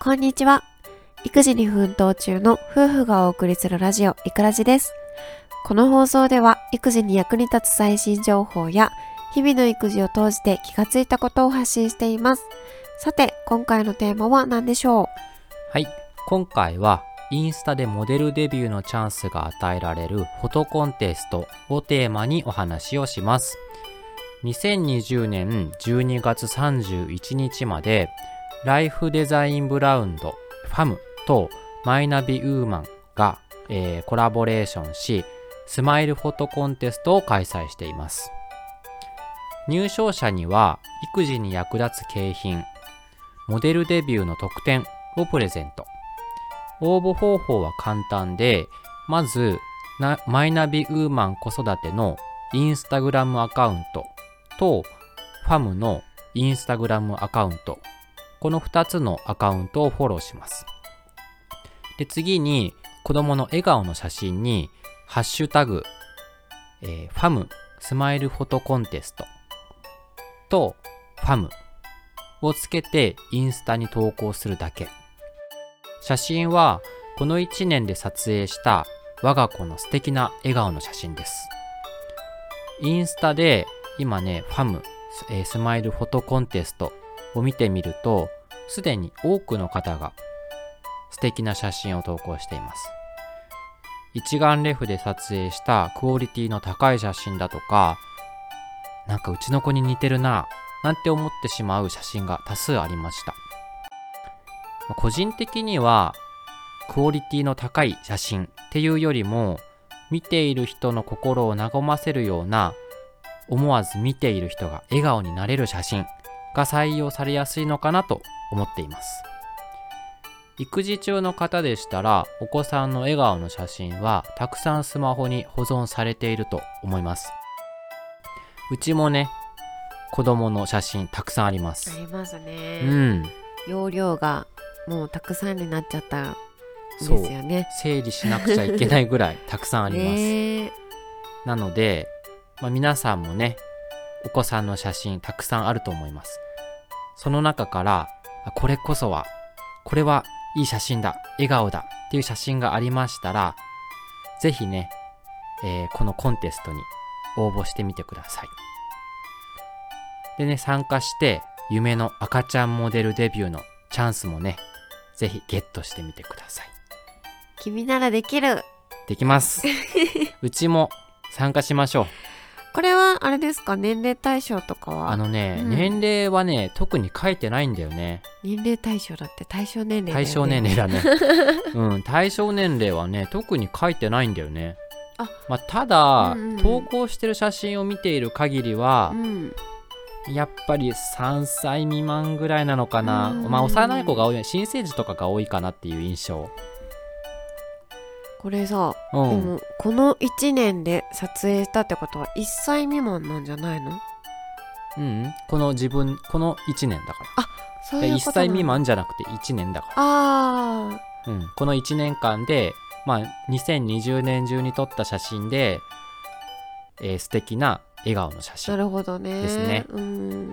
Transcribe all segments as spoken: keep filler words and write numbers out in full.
こんにちは。育児に奮闘中の夫婦がお送りするラジオいくらじです。この放送では育児に役に立つ最新情報や日々の育児を通じて気がついたことを発信しています。さて、今回のテーマは何でしょう？ はい、今回はインスタでモデルデビューのチャンスが与えられるフォトコンテストをテーマにお話をします。にせんにじゅうねんじゅうにがつさんじゅういちにちまでライフデザインブラウンドファムとマイナビウーマンが、えー、コラボレーションしスマイルフォトコンテストを開催しています。入賞者には育児に役立つ景品、モデルデビューの特典をプレゼント。応募方法は簡単で、まずなマイナビウーマン子育てのインスタグラムアカウントとファムのインスタグラムアカウント、このふたつのアカウントをフォローします。で、次に子供の笑顔の写真にハッシュタグ、えー、ファムスマイルフォトコンテストとファムをつけてインスタに投稿するだけ。写真はこのいちねんで撮影した我が子の素敵な笑顔の写真です。インスタで今ね、ファム、えー、スマイルフォトコンテストを見てみると、すでに多くの方が素敵な写真を投稿しています。一眼レフで撮影したクオリティの高い写真だとか、なんかうちの子に似てるななんて思ってしまう写真が多数ありました。個人的にはクオリティの高い写真っていうよりも、見ている人の心を和ませるような、思わず見ている人が笑顔になれる写真が採用されやすいのかなと思っています。育児中の方でしたら、お子さんの笑顔の写真はたくさんスマホに保存されていると思います。うちもね、子供の写真たくさんあります。 ありますね。 うん。 容量がもうたくさんになっちゃったんですよね。 整理しなくちゃいけないぐらいたくさんあります。 ね、 なので、まあ、皆さんもね、お子さんの写真たくさんあると思います。その中からこれこそはこれはいい写真だ、笑顔だっていう写真がありましたら、ぜひね、えー、このコンテストに応募してみてください。でね、参加して夢の赤ちゃんモデルデビューのチャンスもね、ぜひゲットしてみてください。 君ならできる。 できます。うちも参加しましょう。 これはあれですか、年齢対象とかは？ あのね、 うん、 年齢はね、特に書いてないんだよね。 年齢対象だって対象年齢だよね。 対象年齢だね。うん、対象年齢はね、特に書いてないんだよね。 あ、 まあ、ただ、 うんうん、 投稿してる写真を見ている限りは、 うん、 やっぱりさんさい未満ぐらいなのかな。まあ、幼い子が多い、新生児とかが多いかなっていう印象。 これさ、 うん、 でもこのいちねんで撮影したってことはいっさい未満なんじゃないの？ うん、この自分このいちねんだから。 あ、そういうことなの。 いっさい未満じゃなくていちねんだから。 ああ、 うん、このいちねんかんで、まあ、にせんにじゅうねん中に撮った写真で、えー、素敵な笑顔の写真。 なるほどね。 ですね。 うん、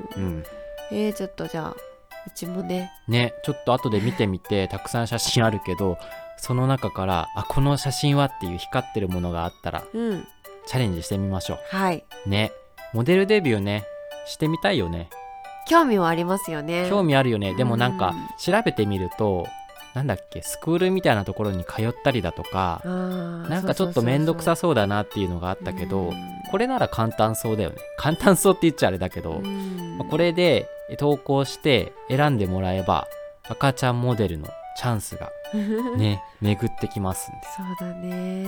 うん、 えー、ちょっとじゃあうちもね。 ね、ちょっと後で見てみてたくさん写真あるけど、その中からあこの写真はっていう光ってるものがあったら、 うん、 チャレンジしてみましょう。 はいね、モデルデビューね、してみたいよね。 興味はありますよね。 興味あるよね。でもなんか調べてみると、なんだっけ、スクールみたいなところに通ったりだとか、なんかちょっとめんどくさそうだなっていうのがあったけど、これなら簡単そうだよね。簡単そうって言っちゃあれだけど、まあ、これで投稿して選んでもらえば赤ちゃんモデルのチャンスがね巡ってきますんで。 そうだね、うん、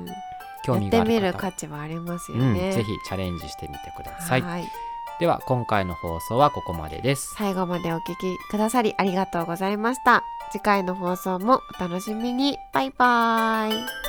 興味がある方はやってみる価値はありますよね、 うん、ぜひチャレンジしてみてください。 はい、 では今回の放送はここまでです。 最後までお聞きくださりありがとうございました。次回の放送もお楽しみに。バイバーイ。